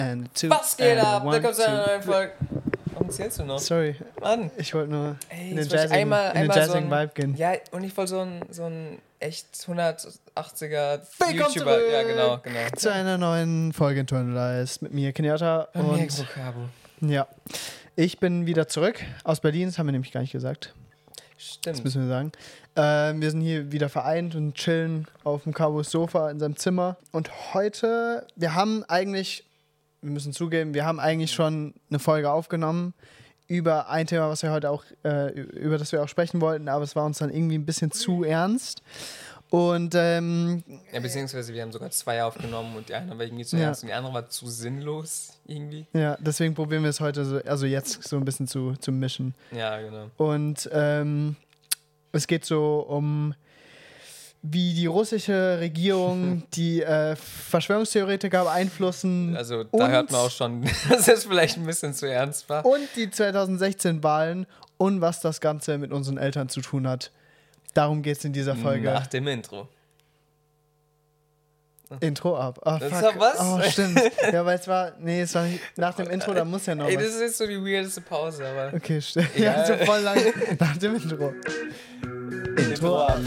and two. Was geht and ab? one, Da kommt so eine two, neue Folge. Warum zählst du noch? Sorry, Mann. ich wollte nur Ey, in den jetzt wollte ich jazzigen, einmal Vibe gehen. Ja, und ich wollte so ein echt 180er Willkommen YouTuber. zurück Ja, genau. zu einer neuen Folge Internalized mit mir, Kenyatta. Und ja, ich bin wieder zurück aus Berlin, das haben wir nämlich gar nicht gesagt. Stimmt. Das müssen wir sagen. Wir sind hier wieder vereint und chillen auf dem Cabos Sofa in seinem Zimmer. Und heute, wir müssen zugeben, wir haben eigentlich schon eine Folge aufgenommen über ein Thema, was wir heute auch, über das wir auch sprechen wollten, aber es war uns dann irgendwie ein bisschen zu ernst. Und ja, beziehungsweise wir haben sogar 2 aufgenommen und die eine war irgendwie zu ernst und die andere war zu sinnlos irgendwie. Ja, deswegen probieren wir es heute jetzt so ein bisschen zu mischen. Ja, genau. Und es geht so um, wie die russische Regierung die Verschwörungstheoretiker beeinflussen. Also da hört man auch schon, dass es vielleicht ein bisschen zu ernst war. Und die 2016-Wahlen und was das Ganze mit unseren Eltern zu tun hat. Darum geht es in dieser Folge. Nach dem Intro. Intro ab. Oh, Das fuck. ist was? Oh, stimmt. Ja, weil es war nicht nach dem Intro, da muss ja noch Ey, was. das ist jetzt so die weirdeste Pause, aber... Okay, stimmt. Ja, so voll lang nach dem Intro. Intro ab.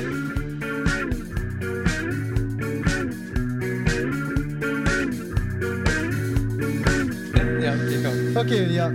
Ja, okay, komm. Okay, ja.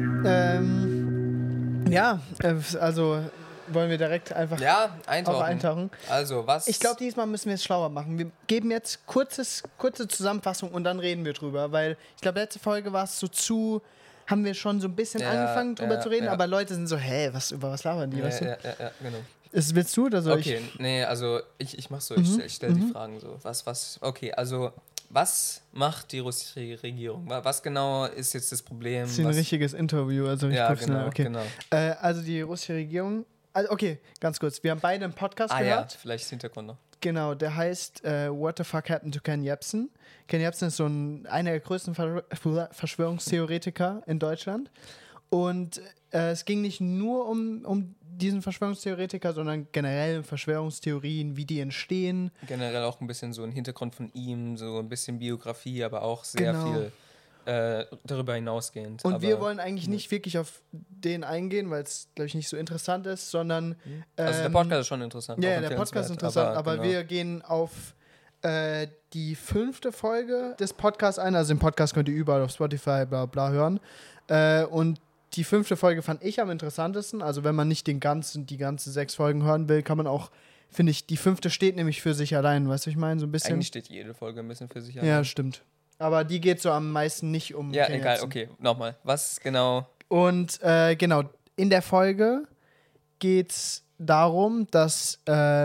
Also wollen wir direkt einfach eintauchen. Also, was... Ich glaube, diesmal müssen wir es schlauer machen. Wir geben jetzt kurze Zusammenfassung und dann reden wir drüber, weil ich glaube, letzte Folge war es haben wir schon so ein bisschen angefangen drüber zu reden, aber Leute sind so, über was labern die, weißt du? Ja, genau. Willst du oder soll ich? Okay, nee, also ich mach so, ich stelle die Fragen so. Okay, also was macht die russische Regierung? Was genau ist jetzt das Problem? Das ist ein richtiges Interview, also richtig professionell. Genau. Also die russische Regierung, okay, ganz kurz, wir haben beide einen Podcast gehört. Ja, vielleicht Hintergrund noch. Genau, der heißt What the Fuck Happened to Ken Jebsen. Ken Jebsen ist einer der größten Verschwörungstheoretiker in Deutschland. Und es ging nicht nur um diesen Verschwörungstheoretiker, sondern generell Verschwörungstheorien, wie die entstehen. Generell auch ein bisschen so ein Hintergrund von ihm, so ein bisschen Biografie, aber auch sehr viel darüber hinausgehend. Und wir wollen eigentlich nicht wirklich auf den eingehen, weil es, glaube ich, nicht so interessant ist, sondern... also der Podcast ist schon interessant. Ja, der Podcast ist interessant, aber genau. wir gehen auf die 5. Folge des Podcasts ein. Also den Podcast könnt ihr überall auf Spotify, bla bla hören. Und die 5. Folge fand ich am interessantesten. Also wenn man nicht die ganzen 6 Folgen hören will, kann man auch, finde ich, die 5. steht nämlich für sich allein. Weißt du, ich meine, so ein bisschen. Eigentlich steht jede Folge ein bisschen für sich allein. Ja, stimmt. Aber die geht so am meisten nicht um... Ja, egal, okay, nochmal. Was genau? Und genau, in der Folge geht es darum, dass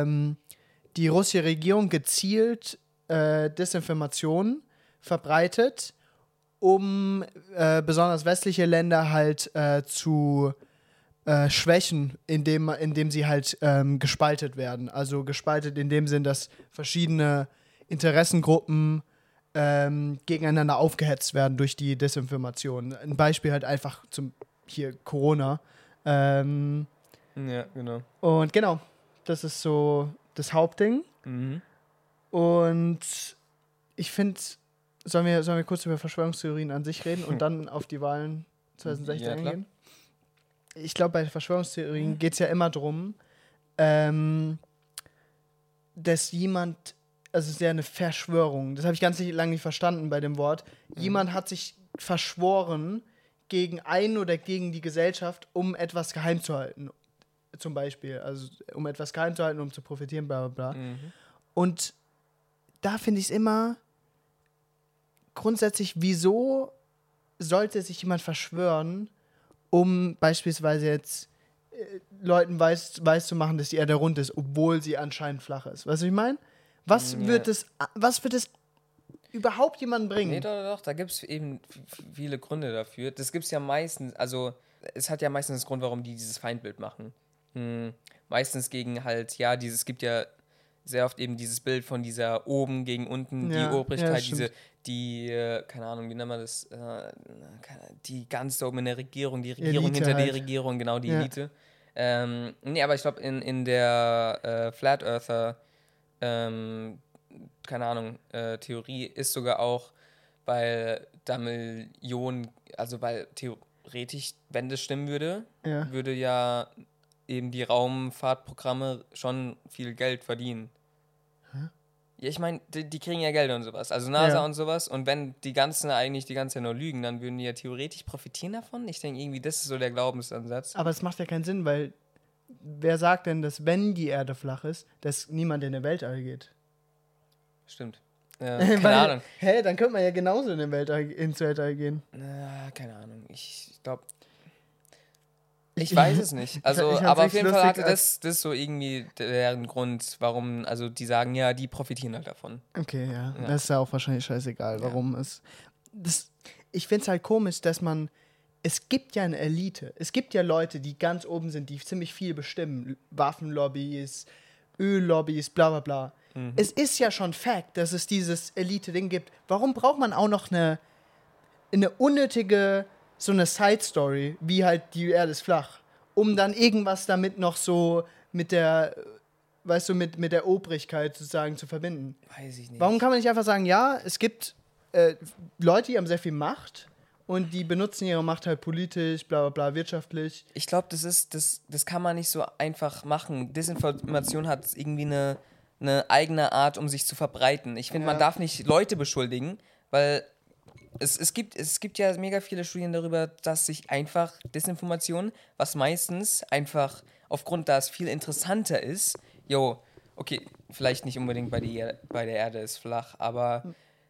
die russische Regierung gezielt Desinformationen verbreitet, um besonders westliche Länder halt zu schwächen, indem sie halt gespaltet werden. Also gespaltet in dem Sinn, dass verschiedene Interessengruppen gegeneinander aufgehetzt werden durch die Desinformation. Ein Beispiel halt einfach hier Corona. Ja, genau. Und genau, das ist so das Hauptding. Mhm. Und ich finde, sollen wir kurz über Verschwörungstheorien an sich reden und dann auf die Wahlen 2016 eingehen? Ich glaube, bei Verschwörungstheorien geht es ja immer darum, dass jemand, also es ist ja eine Verschwörung, das habe ich ganz lange nicht verstanden bei dem Wort, jemand hat sich verschworen gegen einen oder gegen die Gesellschaft, um etwas geheim zu halten. Zum Beispiel, also um etwas geheim zu halten, um zu profitieren, bla bla bla. Und da finde ich es immer grundsätzlich, wieso sollte sich jemand verschwören, um beispielsweise jetzt Leuten weiß zu machen, dass die Erde rund ist, obwohl sie anscheinend flach ist. Weißt du, was ich meine? Was wird es überhaupt jemandem bringen? Nee, doch, da gibt es eben viele Gründe dafür. Das gibt es ja meistens, also es hat ja meistens das Grund, warum die dieses Feindbild machen. Meistens gegen halt, es gibt ja sehr oft eben dieses Bild von dieser oben gegen unten, die Obrigkeit, keine Ahnung, wie nennt man das, die ganz da oben in der Regierung, die Regierung Elite hinter halt. der Regierung, genau, die Elite. Nee, aber ich glaube, in der Flat Earther, keine Ahnung, Theorie ist sogar auch, weil da Millionen, also weil theoretisch, wenn das stimmen würde, Ja. würde ja eben die Raumfahrtprogramme schon viel Geld verdienen. Ja, ich meine, die kriegen ja Geld und sowas, also NASA Ja. und sowas, und wenn die ganzen eigentlich die ganze Zeit nur lügen, dann würden die ja theoretisch profitieren davon. Ich denke irgendwie, das ist so der Glaubensansatz. Aber es macht ja keinen Sinn, weil wer sagt denn, dass wenn die Erde flach ist, dass niemand in den Weltall geht? Stimmt. Keine Ahnung. Hä, dann könnte man ja genauso in den ins Weltall gehen. Keine Ahnung. Ich glaube. Ich weiß es nicht. Also, aber auf jeden Fall hatte das so irgendwie deren Grund, warum, also die sagen, ja, die profitieren halt davon. Okay, ja. Das ist ja auch wahrscheinlich scheißegal, warum es. Ich finde es halt komisch, dass es gibt ja eine Elite. Es gibt ja Leute, die ganz oben sind, die ziemlich viel bestimmen. Waffenlobbys, Öllobbys, bla bla bla. Es ist ja schon Fact, dass es dieses Elite-Ding gibt. Warum braucht man auch noch eine unnötige, so eine Side-Story, wie halt die Erde ist flach, um dann irgendwas damit noch so mit der, weißt du, mit der Obrigkeit sozusagen zu verbinden? Weiß ich nicht. Warum kann man nicht einfach sagen, ja, es gibt Leute, die haben sehr viel Macht und die benutzen ihre Macht halt politisch, bla bla bla, wirtschaftlich. Ich glaube, das kann man nicht so einfach machen. Desinformation hat irgendwie eine eigene Art, um sich zu verbreiten. Ich finde, man darf nicht Leute beschuldigen, weil es gibt ja mega viele Studien darüber, dass sich einfach Desinformation, was meistens einfach aufgrund, da es viel interessanter ist, okay, vielleicht nicht unbedingt bei der Erde ist flach, aber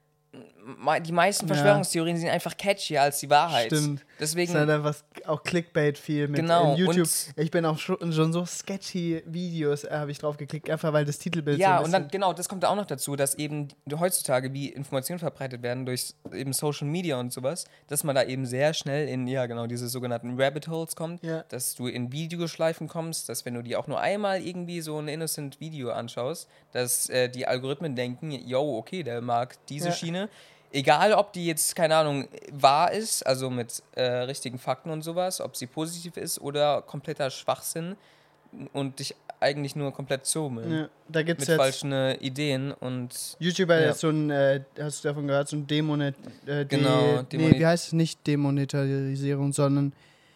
die meisten Verschwörungstheorien sind einfach catchier als die Wahrheit. Stimmt. Deswegen, das ist halt einfach auch Clickbait viel mit genau, YouTube. und Ich bin auch schon so sketchy Videos, habe ich drauf geklickt, einfach weil das Titelbild ja, so und dann, genau, das kommt da auch noch dazu, dass eben heutzutage, wie Informationen verbreitet werden durch eben Social Media und sowas, dass man da eben sehr schnell in, ja genau, diese sogenannten Rabbit Holes kommt, dass du in Videoschleifen kommst, dass wenn du dir auch nur einmal irgendwie so ein innocent Video anschaust, dass die Algorithmen denken, okay, der mag diese Schiene, egal ob die jetzt, keine Ahnung, wahr ist, also mit richtigen Fakten und sowas, ob sie positiv ist oder kompletter Schwachsinn und dich eigentlich nur komplett zoomen. Ja, da gibt's mit jetzt falschen Ideen und YouTuber, der ist so ein, hast du davon gehört, so ein Genau, wie heißt es nicht Demonetarisierung, sondern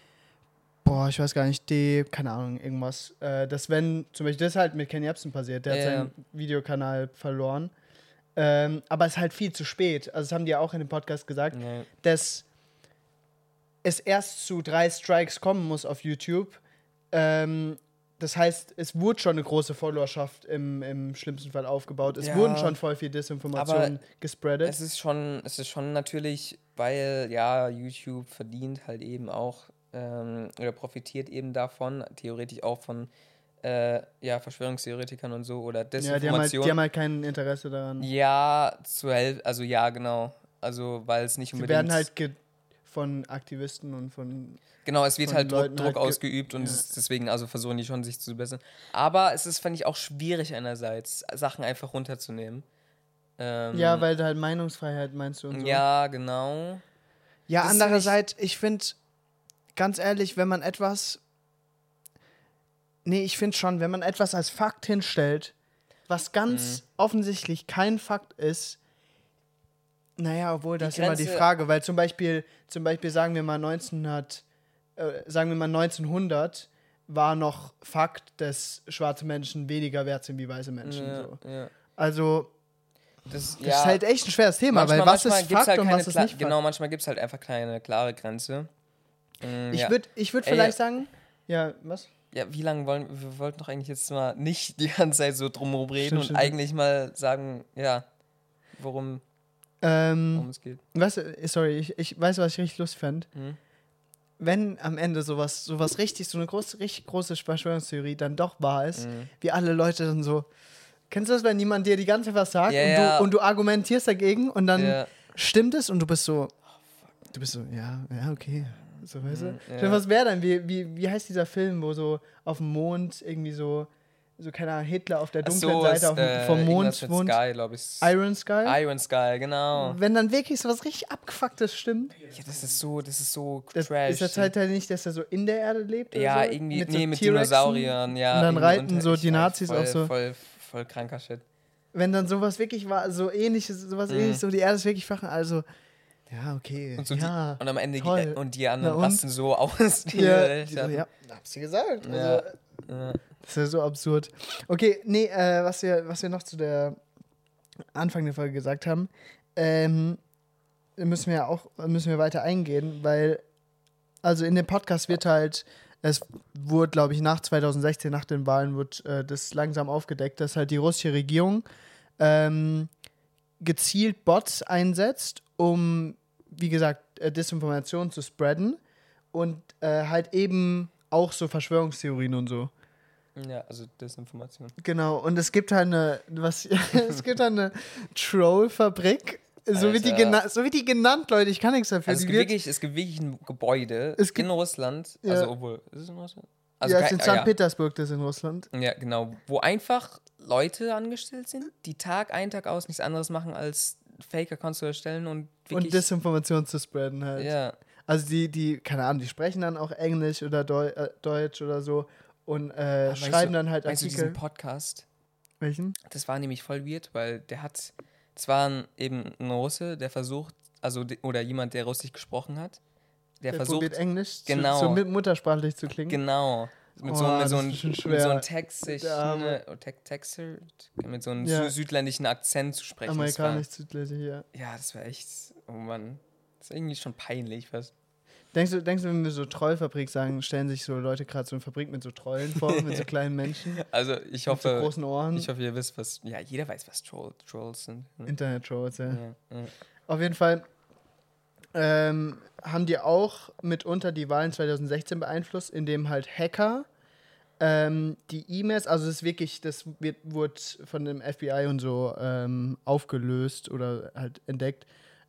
ich weiß gar nicht, keine Ahnung, irgendwas. Dass wenn, zum Beispiel das halt mit Kenny Jebsen passiert, der hat seinen Videokanal verloren. Aber es ist halt viel zu spät. Also das haben die ja auch in dem Podcast gesagt, dass es erst zu 3 Strikes kommen muss auf YouTube. Das heißt, es wurde schon eine große Followerschaft im schlimmsten Fall aufgebaut. Es wurden schon voll viel Desinformationen gespreadet. Es ist schon natürlich, weil YouTube verdient halt eben auch oder profitiert eben davon, theoretisch auch von Verschwörungstheoretikern und so oder Desinformation. Die haben halt kein Interesse daran. Ja, zu helfen, also ja, genau. Also, weil es nicht unbedingt... Sie werden halt von Aktivisten und von... Genau, es wird halt Druck halt ausgeübt und deswegen also versuchen die schon, sich zu bessern. Aber es ist, fand ich, auch schwierig einerseits, Sachen einfach runterzunehmen. Ja, weil du halt Meinungsfreiheit meinst du und so. Ja, genau. Ja, andererseits, ich finde, ganz ehrlich, wenn man etwas... Nee, ich finde schon, wenn man etwas als Fakt hinstellt, was ganz offensichtlich kein Fakt ist, naja, obwohl das ist immer die Frage, weil zum Beispiel sagen wir mal 1900 war noch Fakt, dass schwarze Menschen weniger wert sind wie weiße Menschen. Ja. Also, das ist halt echt ein schweres Thema, weil was ist Fakt halt und was ist nicht Fakt? Genau, manchmal gibt es halt einfach keine klare Grenze. Ich würd vielleicht sagen, ja, was? Ja, wie lange wir wollten doch eigentlich jetzt mal nicht die ganze Zeit so drumherum reden und eigentlich mal sagen, worum es geht. Weißt du, sorry, ich weiß, was ich richtig lustig fände. Wenn am Ende sowas richtig, so eine richtig große Verschwörungstheorie dann doch wahr ist, wie alle Leute dann so, kennst du das, wenn jemand dir die ganze Zeit was sagt und du argumentierst dagegen und dann stimmt es und du bist so, ja, okay. So, weißt du? Was wäre dann? Wie heißt dieser Film, wo so auf dem Mond irgendwie so keine Ahnung, Hitler auf der dunklen Seite vom Mond wohnt? Sky, glaube ich. Iron Sky? Iron Sky, genau. Wenn dann wirklich so was richtig Abgefucktes stimmt. Ja, das ist so trash. Ist das halt nicht, dass er so in der Erde lebt? Ja, oder so? irgendwie mit Dinosauriern, ja. Und dann reiten so die Nazis auch so. Voll kranker Shit. Wenn dann sowas wirklich war, so ähnliches, so die Erde ist wirklich flach, also... Ja, okay. Und, so ja, und am Ende toll. und die anderen Na und? rasten so aus. Ja, die so, ja, hab's dir gesagt. Also, Ja. Ja. das ist ja so absurd. Okay, nee, was wir noch zu der Anfang der Folge gesagt haben, müssen wir weiter eingehen, weil, also in dem Podcast wird halt, es wurde, glaube ich, nach 2016, nach den Wahlen, wurde das langsam aufgedeckt, dass halt die russische Regierung gezielt Bots einsetzt, um, wie gesagt, Desinformation zu spreaden und halt eben auch so Verschwörungstheorien und so. Ja, also Desinformation. Genau, und es gibt halt es gibt halt eine Trollfabrik, so wird die genannt, Leute, ich kann nichts dafür. Also es gibt wirklich ein Gebäude in Russland, ja. also obwohl, ist es in Russland? Also ja, es ist in St. Petersburg, das ist in Russland. Ja, genau, wo einfach Leute angestellt sind, die Tag ein, Tag aus nichts anderes machen, als Fake-Accounts zu erstellen und wirklich... Und Desinformation zu spreaden halt. Ja. Also die, keine Ahnung, die sprechen dann auch Englisch oder Deutsch oder so und schreiben dann halt Meinst du Artikel. diesen Podcast? Welchen? Das war nämlich voll weird, weil das war eben ein Russe, der versucht, oder jemand, der Russisch gesprochen hat, der versucht, probiert Englisch genau, so muttersprachlich zu klingen. Genau. Mit so einem südländischen Akzent zu sprechen. Amerikanisch-südländisch, ja. Ja, das war echt, oh Mann, das ist irgendwie schon peinlich fast. Denkst du, wenn wir so Trollfabrik sagen, stellen sich so Leute gerade so eine Fabrik mit so Trollen vor, mit so kleinen Menschen? Also ich hoffe, mit so großen Ohren. Ich hoffe, ihr wisst, jeder weiß, was Trolls sind. Ne? Internet-Trolls, ja. Ja. Auf jeden Fall haben die auch mitunter die Wahlen 2016 beeinflusst, indem halt Hacker die E-Mails, also wurde von dem FBI und so aufgelöst oder halt entdeckt.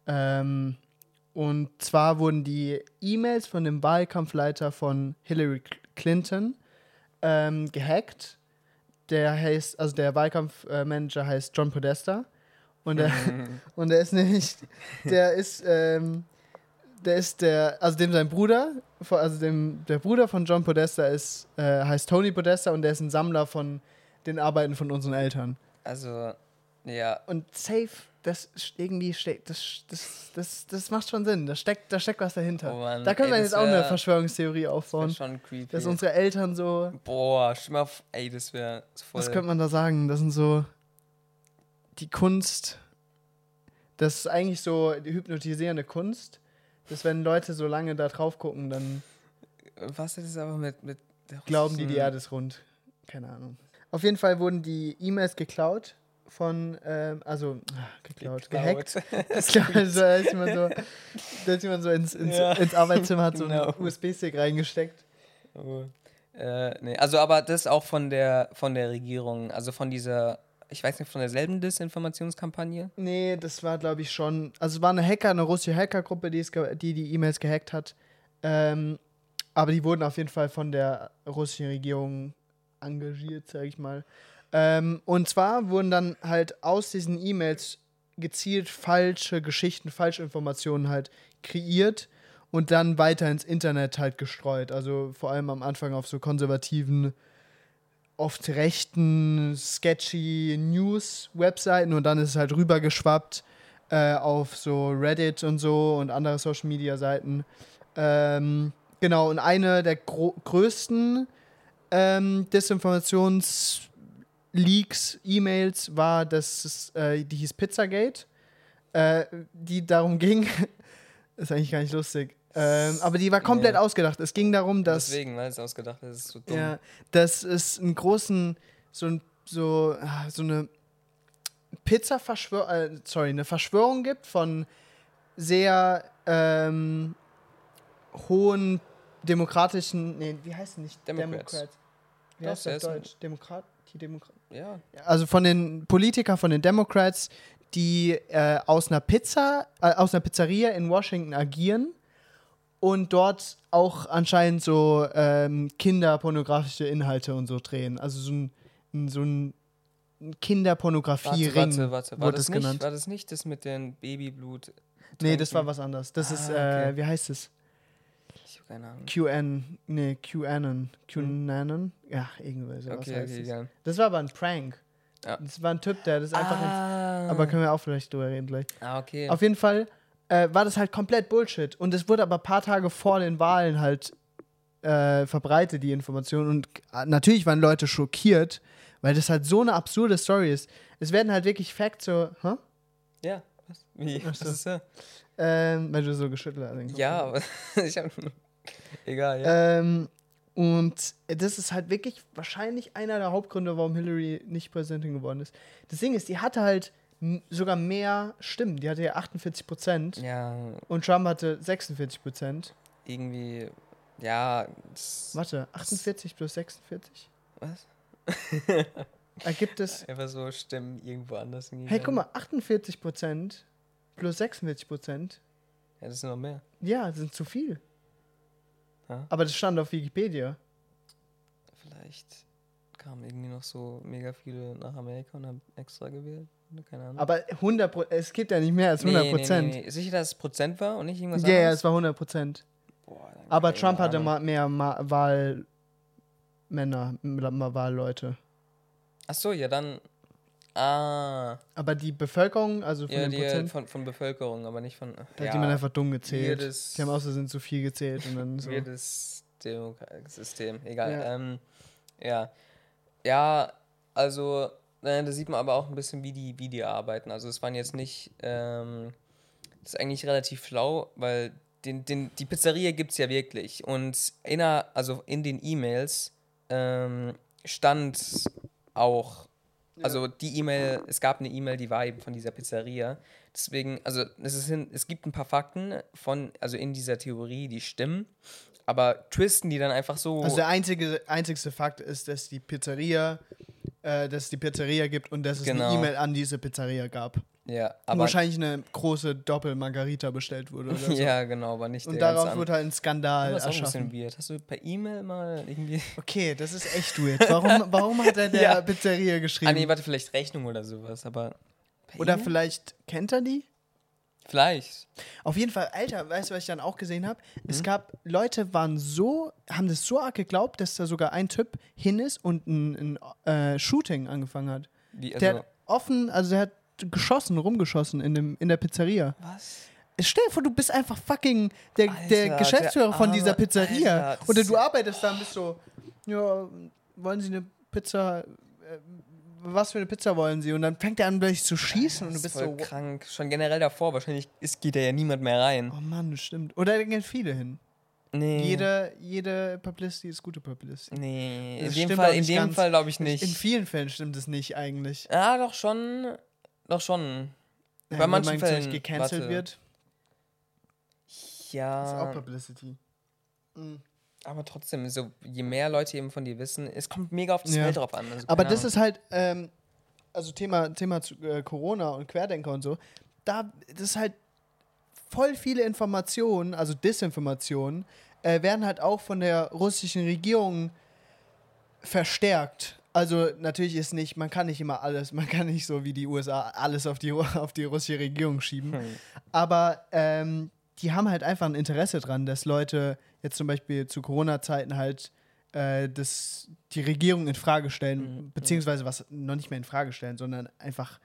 Und zwar wurden die E-Mails von dem Wahlkampfleiter von Hillary Clinton gehackt. Der Wahlkampfmanager heißt John Podesta. Und der ist nämlich, sein Bruder, der Bruder von John Podesta heißt Tony Podesta und der ist ein Sammler von den Arbeiten von unseren Eltern. Also, ja. Und safe, das irgendwie steckt, das macht schon Sinn, da steckt was dahinter. Oh Mann, da können wir jetzt auch eine Verschwörungstheorie aufbauen. Das wäre schon creepy. Dass unsere Eltern so... Boah, stimm auf, das wäre voll... Was könnte man da sagen? Das sind so... Die Kunst... Das ist eigentlich so die hypnotisierende Kunst, dass wenn Leute so lange da drauf gucken, dann... Was ist aber mit glauben die Erde ist rund. Keine Ahnung. Auf jeden Fall wurden die E-Mails geklaut von, gehackt. Also, da ist jemand so ins Arbeitszimmer, hat so einen USB-Stick reingesteckt. Oh. Nee, also aber das auch von der Regierung, also von dieser, ich weiß nicht, von derselben Desinformationskampagne? Nee, das war, glaube ich, schon, also es war eine russische Hackergruppe, die E-Mails gehackt hat. Aber die wurden auf jeden Fall von der russischen Regierung engagiert, sage ich mal. Und zwar wurden dann halt aus diesen E-Mails gezielt falsche Geschichten, falsche Informationen halt kreiert und dann weiter ins Internet halt gestreut. Also vor allem am Anfang auf so konservativen, oft rechten, sketchy News-Webseiten und dann ist es halt rübergeschwappt auf so Reddit und so und andere Social-Media-Seiten. Genau, und eine der größten Desinformations-Leaks, E-Mails war, die hieß Pizzagate, die darum ging, ist eigentlich gar nicht lustig, aber die war komplett ausgedacht. Es ging darum, dass... Deswegen, weil es ausgedacht ist, ist so dumm. Ja, dass es einen großen, so eine eine Verschwörung gibt von sehr hohen demokratischen, wie heißt es nicht? Democrats. Wie heißt das auf Deutsch? Demokrat? Ja. Also von den Politikern, von den Democrats, die aus einer Pizzeria in Washington agieren und dort auch anscheinend so kinderpornografische Inhalte und so drehen. Also so ein Kinderpornografie-Ring wurde es genannt. War das nicht das mit den Babyblut? Nee, das war was anderes. Das ist, okay. Wie heißt es? Ich habe keine Ahnung. QAnon. Ja, irgendwie sowas heißt es. Ja. Das war aber ein Prank. Ja. Das war ein Typ, der das einfach aber können wir auch vielleicht drüber reden gleich. Okay. Auf jeden Fall war das halt komplett Bullshit. Und es wurde aber ein paar Tage vor den Wahlen halt verbreitet, die Information. Und natürlich waren Leute schockiert, weil das halt so eine absurde Story ist. Es werden halt wirklich Facts so, hä? Ja, was? Wie? Ach so. Was ist da? Weil du so geschüttelt hast. Ja, aber ich hab... Egal, ja. Und das ist halt wirklich wahrscheinlich einer der Hauptgründe, warum Hillary nicht Präsidentin geworden ist. Das Ding ist, die hatte halt sogar mehr Stimmen. Die hatte ja 48%. Ja, Und Trump hatte 46%. irgendwie... Ja, Warte, 48 plus 46? was? Ergibt es... Einfach so Stimmen irgendwo anders hingehen. Hey, guck mal, 48% plus 46%. Ja, das sind noch mehr. Ja, das sind zu viel. Ja. Aber das stand auf Wikipedia. Vielleicht kamen irgendwie noch so mega viele nach Amerika und haben extra gewählt. Keine Ahnung. Aber 100%, es gibt ja nicht mehr als 100%. Nee. Sicher, dass es Prozent war und nicht irgendwas Ja, anderes? es war 100%. Boah, dann Aber keine Trump hatte Ahnung. mehr Wahlleute. Ach so, ja dann... Ah, Aber die Bevölkerung, also von ja, den die Prozent, von Bevölkerung, aber nicht von... da hat jemand einfach dumm gezählt. weirdes- Die haben außerdem zu viel gezählt und dann so. Weirdes System, egal. Ja. Ja, also, da sieht man aber auch ein bisschen, wie die arbeiten. Also es waren jetzt nicht, das ist eigentlich relativ schlau, weil die Pizzeria gibt es ja wirklich. Und in den E-Mails stand auch, also die E-Mail, es gab eine E-Mail, die war eben von dieser Pizzeria. Deswegen, also es gibt ein paar Fakten also in dieser Theorie, die stimmen, aber twisten die dann einfach so. Also der einzigste Fakt ist, dass es die Pizzeria gibt und dass es Genau. eine E-Mail an diese Pizzeria gab. Ja, Und aber wahrscheinlich eine große Doppel-Margarita bestellt wurde oder so. ja, genau, aber nicht Und der darauf ganze wurde halt ein Skandal Das ist auch ein erschaffen. bisschen weird. Hast du per E-Mail mal irgendwie... Okay, das ist echt weird. Warum hat er der Ja. Pizzeria geschrieben? Ah nee, warte, vielleicht Rechnung oder sowas, aber... per Oder E-Mail? vielleicht kennt er die? Vielleicht. Auf jeden Fall, Alter, weißt du, was ich dann auch gesehen habe? Es Mhm. gab, Leute haben das so arg geglaubt, dass da sogar ein Typ hin ist und ein Shooting angefangen hat. Wie, Der hat der hat rumgeschossen in der Pizzeria. was? Stell dir vor, du bist einfach fucking der Alter, Geschäftsführer der von dieser arme- Pizzeria. Alter, das Oder ist du arbeitest da und bist so, ja, wollen Sie eine Pizza? Was für eine Pizza wollen Sie? Und dann fängt er an, gleich zu schießen und du Das bist ist voll so, krank. Schon generell davor, wahrscheinlich geht da ja niemand mehr rein. oh Mann, das stimmt. Oder da gehen viele hin. Nee. Jede Publicity ist gute Publicity. Nee, Das in dem stimmt Fall, auch nicht ganz. glaube ich nicht. In vielen Fällen stimmt es nicht eigentlich. Ah, doch schon. Doch schon. Ja, Bei wenn manchen man zum Fällen. Beispiel gecancelt warte. wird, ist auch Ja, Publicity. Mhm. aber trotzdem, so, je mehr Leute eben von dir wissen, es kommt mega auf das Ja. Feld drauf an. Also, Aber keine das Ahnung. ist halt, also Thema zu, Corona und Querdenker und so, das ist halt voll viele Informationen, also Desinformationen, werden halt auch von der russischen Regierung verstärkt. Also natürlich ist nicht, man kann nicht immer alles, man kann nicht so wie die USA alles auf die russische Regierung schieben. Aber die haben halt einfach ein Interesse dran, dass Leute jetzt zum Beispiel zu Corona-Zeiten halt die Regierung in Frage stellen, beziehungsweise was noch nicht mehr in Frage stellen, sondern einfach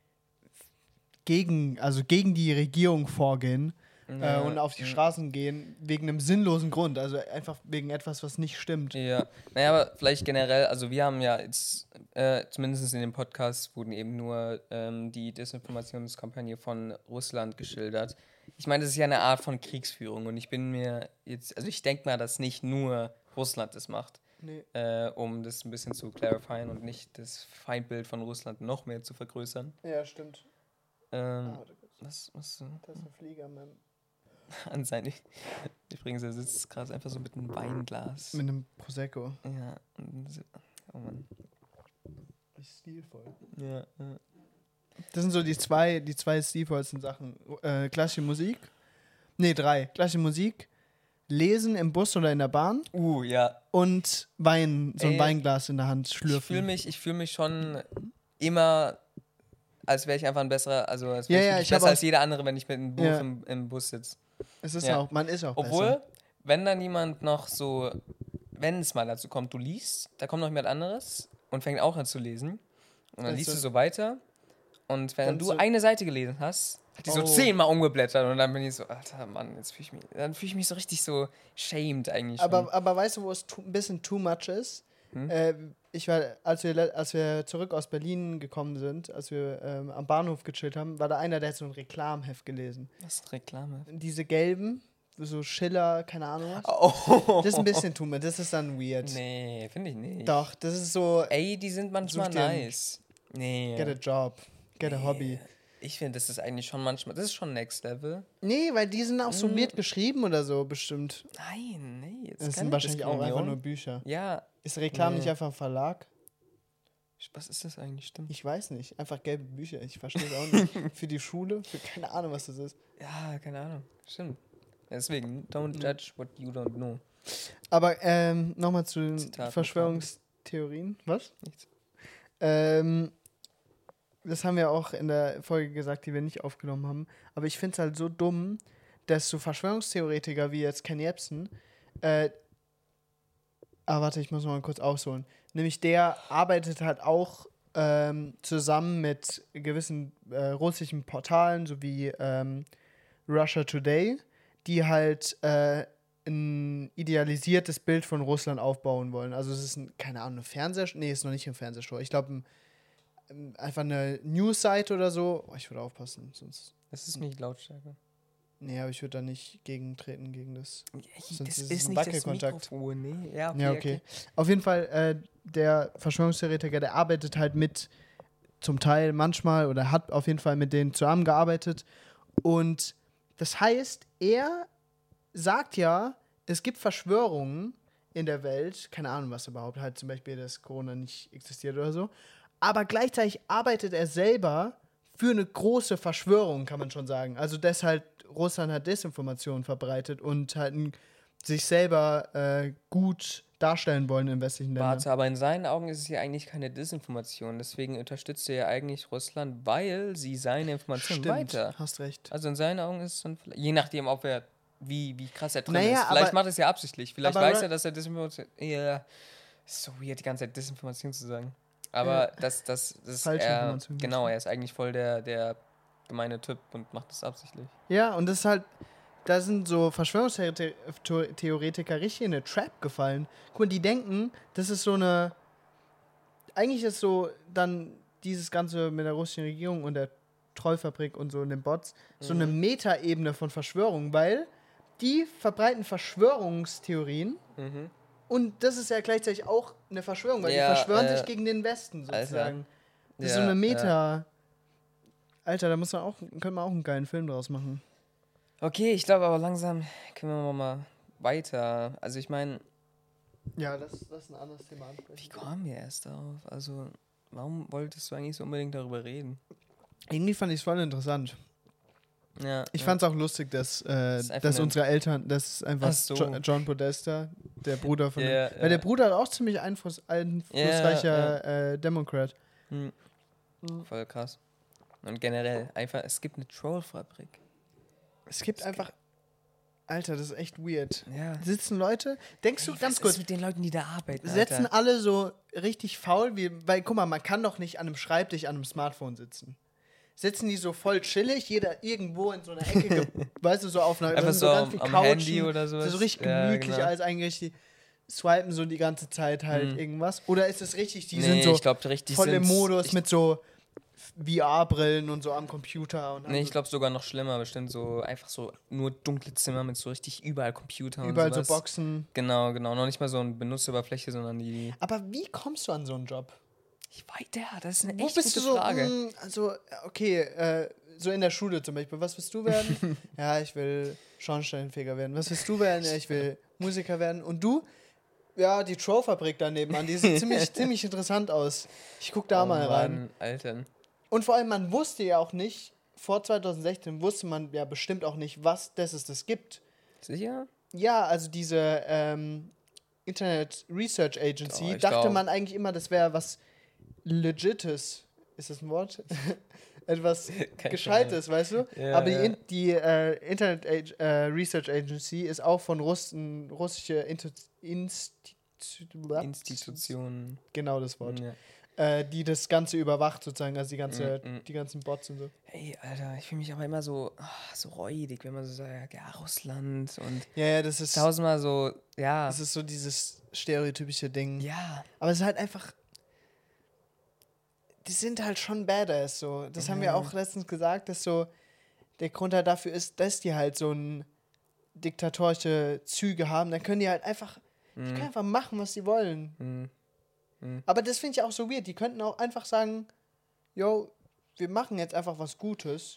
gegen die Regierung vorgehen und auf die Straßen gehen, wegen einem sinnlosen Grund, also einfach wegen etwas, was nicht stimmt. Ja, naja, aber vielleicht generell, also wir haben ja jetzt, zumindest in dem Podcast wurden eben nur die Desinformationskampagne von Russland geschildert. Ich meine, das ist ja eine Art von Kriegsführung und ich denke mal, dass nicht nur Russland das macht, Nee. um das ein bisschen zu clarifieren und nicht das Feindbild von Russland noch mehr zu vergrößern. Ja, stimmt. Was Das ist ein Flieger an seine... Übrigens, er sitzt gerade einfach so mit einem Weinglas. mit einem Prosecco. Ja, oh Mann. Ist stilvoll. Ja. Das sind so die zwei stilvollsten Sachen. Klassische Musik. Nee, 3. Klassische Musik, Lesen im Bus oder in der Bahn Ja. und Wein, so ein Ey, Weinglas in der Hand schlürfen. Ich fühl mich schon immer, als wäre ich einfach ein besserer, also als Ja, wäre ja, ich ich besser hab als jeder andere, wenn ich mit einem Buch Ja. im Bus sitze. Es ist Ja. auch, man ist auch Obwohl, besser. wenn dann jemand noch so, wenn es mal dazu kommt, du liest, da kommt noch jemand anderes und fängt auch an zu lesen und dann Das liest so- du so weiter und wenn Dann du so- eine Seite gelesen hast, Hat die so 10-mal umgeblättert und dann bin ich so, Alter, Mann, dann fühle ich mich so richtig so shamed eigentlich schon. Aber weißt du, wo es ein bisschen too much ist? Ich war, als wir zurück aus Berlin gekommen sind, als wir am Bahnhof gechillt haben, war da einer, der hat so ein Reklamheft gelesen. Was ist Reklame? Diese gelben, so Schiller, keine Ahnung was. Oh. Das ist ein bisschen too much, das ist dann weird. Nee, finde ich nicht. Doch, das ist so, Ey, die sind manchmal nice. Nee. get a job, get a hobby. Ich finde, das ist eigentlich schon manchmal, das ist schon Next Level. Nee, weil die sind auch so weird geschrieben oder so, bestimmt. Nein, nee. Das sind wahrscheinlich auch einfach nur Bücher. Ja. Ist Reklam nicht einfach ein Verlag? Was ist das eigentlich? Stimmt. Ich weiß nicht. Einfach gelbe Bücher. Ich verstehe es auch nicht. Für die Schule? Für keine Ahnung, was das ist. Ja, keine Ahnung. Stimmt. Deswegen, don't judge what you don't know. Aber nochmal zu den Zitat Verschwörungstheorien. Was? Nichts. Das haben wir auch in der Folge gesagt, die wir nicht aufgenommen haben. Aber ich finde es halt so dumm, dass so Verschwörungstheoretiker wie jetzt Ken Jebsen, warte, ich muss noch mal kurz ausholen. Nämlich der arbeitet halt auch zusammen mit gewissen russischen Portalen, sowie Russia Today, die halt ein idealisiertes Bild von Russland aufbauen wollen. Also es ist, keine Ahnung, eine Fernsehshow? Nee, ist noch nicht eine Fernsehshow. Ich glaube, einfach eine News-Seite oder so. Oh, ich würde aufpassen, sonst... Das ist nicht Lautstärke. Nee, aber ich würde da nicht gegentreten gegen das. Das ist nicht das Mikrofon, nee. Ja, okay. Ja, okay. Auf jeden Fall, der Verschwörungstheoretiker, der arbeitet halt mit, zum Teil manchmal, oder hat auf jeden Fall mit denen zusammengearbeitet. Und das heißt, er sagt ja, es gibt Verschwörungen in der Welt, keine Ahnung, was überhaupt, halt zum Beispiel, dass Corona nicht existiert oder so. Aber gleichzeitig arbeitet er selber für eine große Verschwörung, kann man schon sagen. Also, dass halt Russland hat Desinformation verbreitet und halt sich selber gut darstellen wollen in westlichen Ländern. Warte, aber in seinen Augen ist es ja eigentlich keine Desinformation. Deswegen unterstützt er ja eigentlich Russland, weil sie seine Informationen weiter. Hast recht. Also in seinen Augen ist es dann, je nachdem, ob er, wie krass er drin Naja, ist. Vielleicht aber- macht er es ja absichtlich. Vielleicht aber- weiß er, dass er Desinformation. Ja, ist so weird, die ganze Zeit Desinformation zu sagen. Aber das Falsche er, Information. genau, er ist eigentlich voll der gemeine Typ und macht das absichtlich. Ja, und das ist halt, da sind so Verschwörungstheoretiker richtig in eine Trap gefallen. Guck mal, die denken, das ist so eine, eigentlich ist so dann dieses Ganze mit der russischen Regierung und der Trollfabrik und so und den Bots, so eine Metaebene von Verschwörung, weil die verbreiten Verschwörungstheorien und das ist ja gleichzeitig auch eine Verschwörung, weil Ja, die verschwören sich gegen den Westen sozusagen. Alter. Das ist so eine Meta... Alter, da könnte man auch einen geilen Film draus machen. Okay, ich glaube aber langsam können wir mal weiter. Also ich meine, Ja, das ist ein anderes Thema ansprechen. wie kommen wir erst darauf? Also warum wolltest du eigentlich so unbedingt darüber reden? Irgendwie fand ich es voll interessant. Ja, Ich fand es auch lustig, dass unsere Eltern, das ist einfach Ach so. John Podesta, der Bruder von Ja, weil der Bruder hat auch ziemlich einflussreicher Democrat. Voll krass. Und generell einfach, es gibt eine Trollfabrik. Es gibt einfach, Alter, das ist echt weird. Ja. Sitzen Leute, denkst du, ganz Was kurz, ist mit den Leuten, die da arbeiten, setzen Alter? alle so richtig faul, weil, guck mal, man kann doch nicht an einem Schreibtisch an einem Smartphone sitzen. Sitzen die so voll chillig, jeder irgendwo in so einer Ecke, weißt du, so auf einer, Einfach so so ganz viel am Couchen, Handy oder sowas. so richtig Ja, gemütlich, genau. alles eingerichtet, die swipen so die ganze Zeit halt irgendwas. Oder ist es richtig, die sind Nee, so ich glaub, richtig voll im sind's- Modus ich- mit so VR-Brillen und so am Computer und Nee, ich glaube sogar noch schlimmer, bestimmt so einfach so nur dunkle Zimmer mit so richtig überall Computer überall und so sowas. Boxen. Genau, noch nicht mal so eine Benutzeroberfläche, sondern die... Aber wie kommst du an so einen Job? Ich weiß, das ist eine Wo echt bist gute du so, Frage. also, okay, so in der Schule zum Beispiel, was willst du werden? Ja, ich will Schornsteinfeger werden. Was willst du werden? Ja, ich will Musiker werden. Und du? Ja, die Trollfabrik daneben an, die sieht ziemlich interessant aus. Ich guck da mal rein. Mann, Alter. Und vor allem, man wusste ja auch nicht, vor 2016 wusste man ja bestimmt auch nicht, was das gibt. Sicher? Ja, also diese Internet Research Agency, Doch, ich dachte glaub- man eigentlich immer, das wäre was Legites. Ist das ein Wort? Etwas Keine Gescheites, weißt du? Ja, Aber ja. die Internet Research Agency ist auch von russische Institutionen. Genau das Wort. Ja. die das Ganze überwacht sozusagen, also die ganzen Bots und so. Ey, Alter, ich fühle mich aber immer so räudig, wenn man so sagt, ja, Russland und Ja, das ist tausendmal so, ja. Das ist so dieses stereotypische Ding. Ja. Aber es ist halt einfach, die sind halt schon badass so. Das haben wir auch letztens gesagt, dass so der Grund halt dafür ist, dass die halt so ein diktatorische Züge haben. Dann können die halt einfach, die können einfach machen, was sie wollen. Aber das finde ich auch so weird. Die könnten auch einfach sagen, yo, wir machen jetzt einfach was Gutes.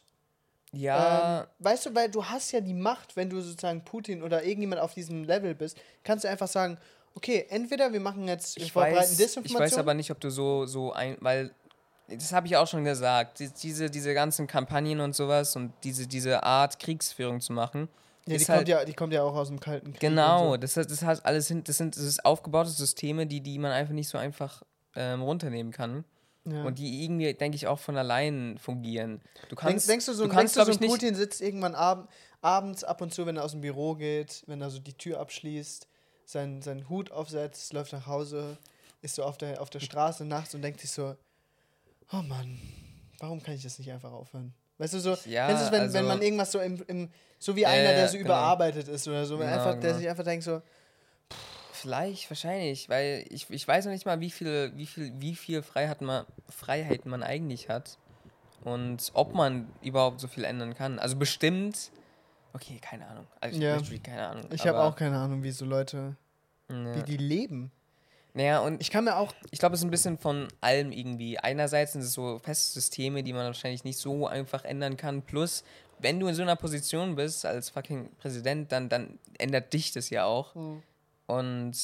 Ja. Weißt du, weil du hast ja die Macht, wenn du sozusagen Putin oder irgendjemand auf diesem Level bist, kannst du einfach sagen, okay, entweder wir machen jetzt, wir verbreiten Desinformation. Ich weiß aber nicht, ob du weil das habe ich auch schon gesagt, diese ganzen Kampagnen und sowas und diese Art Kriegsführung zu machen. Ja, die kommt ja auch aus dem Kalten Krieg. Genau, und so. das hat alles das ist aufgebaute Systeme, die man einfach nicht so einfach runternehmen kann. Ja. Und die irgendwie, denke ich, auch von allein fungieren. Denkst du, so ein Putin sitzt irgendwann abends ab und zu, wenn er aus dem Büro geht, wenn er so die Tür abschließt, seinen Hut aufsetzt, läuft nach Hause, ist so auf der Straße nachts und denkt sich so, oh Mann, warum kann ich das nicht einfach aufhören? Weißt du, so, ja, wenn man irgendwas so so wie einer, der so überarbeitet ist oder so, der sich einfach denkt so, vielleicht, wahrscheinlich, weil ich weiß noch nicht mal, wie viel Freiheiten man eigentlich hat und ob man überhaupt so viel ändern kann. Also bestimmt, okay, keine Ahnung. Also keine Ahnung. Ich habe auch keine Ahnung, wie so Leute, wie die leben. Naja, und ich glaube, es ist ein bisschen von allem irgendwie. Einerseits sind es so feste Systeme, die man wahrscheinlich nicht so einfach ändern kann. Plus, wenn du in so einer Position bist als fucking Präsident, dann ändert dich das ja auch. Und,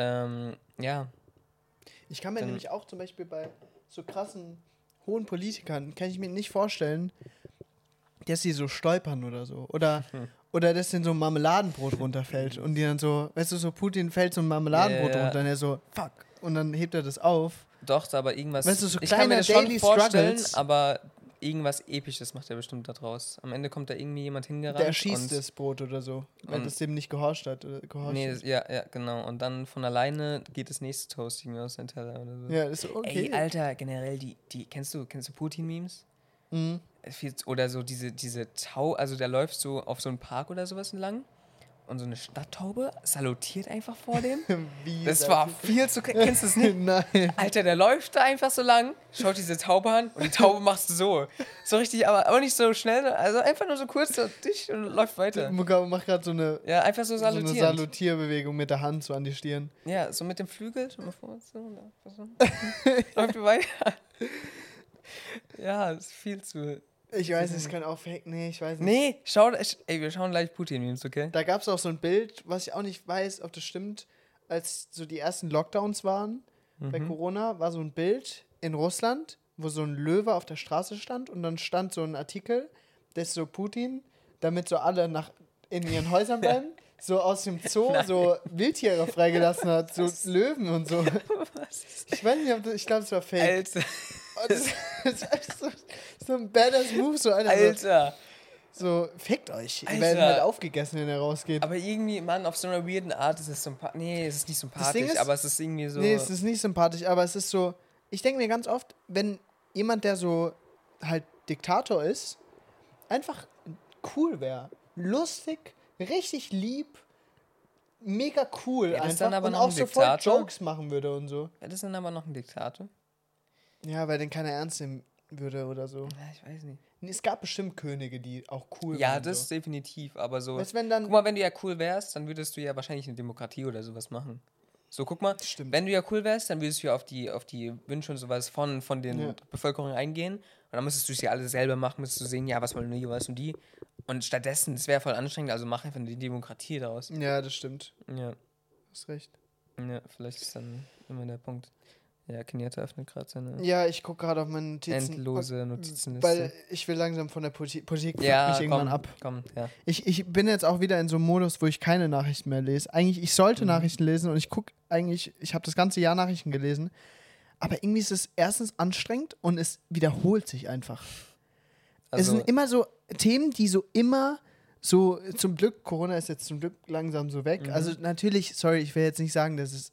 ja. Ich kann mir nämlich auch zum Beispiel bei so krassen, hohen Politikern, kann ich mir nicht vorstellen, dass sie so stolpern oder so. Oder dass denen so ein Marmeladenbrot runterfällt und die dann so, weißt du, so Putin fällt so ein Marmeladenbrot runter und er so, fuck. Und dann hebt er das auf. Doch, aber irgendwas, weißt du, so ich kann mir das schon vorstellen, aber irgendwas Episches macht er bestimmt da draus. Am Ende kommt da irgendwie jemand hingerannt. Der erschießt das Brot oder so, weil das dem nicht gehorcht hat. Ja, genau. Und dann von alleine geht das nächste Toast irgendwie aus seinem Teller oder so. Ja, das ist okay. Ey, Alter, generell, kennst du Putin-Memes? Mhm. Oder so diese Taube, also der läuft so auf so einen Park oder sowas entlang und so eine Stadttaube salutiert einfach vor dem. Wie das war viel zu... Kennst du es nicht? Nein. Alter, der läuft da einfach so lang, schaut diese Taube an und die Taube macht so. So richtig, aber nicht so schnell, also einfach nur so kurz so dicht und läuft weiter. Mugabe macht gerade so eine... Ja, einfach so salutieren. So eine Salutierbewegung mit der Hand so an die Stirn. Ja, so mit dem Flügel, schon mal vor, so. Läuft weiter. Ja, das ist viel zu... Ich weiß nicht, es kann auch fake. Nee, ich weiß nicht. Nee, wir schauen gleich Putin-Memes, okay? Da gab es auch so ein Bild, was ich auch nicht weiß, ob das stimmt, als so die ersten Lockdowns waren bei Corona, war so ein Bild in Russland, wo so ein Löwe auf der Straße stand und dann stand so ein Artikel, das ist so Putin, damit so alle in ihren Häusern bleiben, so aus dem Zoo so Wildtiere freigelassen hat, so Löwen und so. Was? Ich weiß nicht, ich glaube, es war fake. Alter. Das ist so ein badass Move, so einer. Alter. So, fickt euch. Ihr werdet halt aufgegessen, wenn er rausgeht. Aber irgendwie, Mann, auf so einer weirden Art ist es sympathisch. Nee, es ist nicht sympathisch, aber es ist irgendwie so... Nee, es ist nicht sympathisch, aber es ist so... Ich denke mir ganz oft, wenn jemand, der so halt Diktator ist, einfach cool wäre. Lustig, richtig lieb, mega cool ja, einfach. Und auch sofort Jokes machen würde und so. Wäre das dann aber noch ein Diktator? Ja, weil den keiner ernst nehmen würde oder so. Ja, ich weiß nicht. Es gab bestimmt Könige, die auch cool waren. Ja, das so. Definitiv, aber so... Guck mal, wenn du ja cool wärst, dann würdest du ja wahrscheinlich eine Demokratie oder sowas machen. So, guck mal, wenn du ja cool wärst, dann würdest du ja auf die Wünsche und sowas von den Bevölkerung eingehen und dann müsstest du es ja alles selber machen, müsstest du sehen, ja, was wollen die, was und die. Und stattdessen, das wäre voll anstrengend, also mach einfach eine Demokratie daraus. Ja, das stimmt. Ja. Hast recht. Ja, vielleicht ist dann immer der Punkt. Ja, Kenyatta öffnet gerade seine... Ja, ich gucke gerade auf meine Notizen. Endlose Notizenliste. Weil ich will langsam von der Politik fuckt mich irgendwann ab. Ja. Ich bin jetzt auch wieder in so einem Modus, wo ich keine Nachrichten mehr lese. Eigentlich, ich sollte Nachrichten lesen und ich habe das ganze Jahr Nachrichten gelesen. Aber irgendwie ist es erstens anstrengend und es wiederholt sich einfach. Es sind immer so Themen, die so immer so, zum Glück, Corona ist jetzt zum Glück langsam so weg. Also natürlich, sorry, ich will jetzt nicht sagen, dass es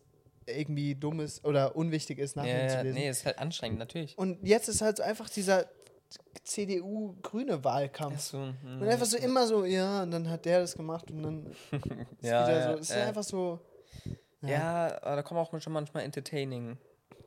irgendwie dumm ist oder unwichtig ist, nachher zu lesen. Nee, ist halt anstrengend, natürlich. Und jetzt ist halt so einfach dieser CDU-grüne Wahlkampf. So, Und einfach so immer so, ja, und dann hat der das gemacht und dann ist wieder so. Es ist einfach so. Ja, aber da kommen auch schon manchmal entertaining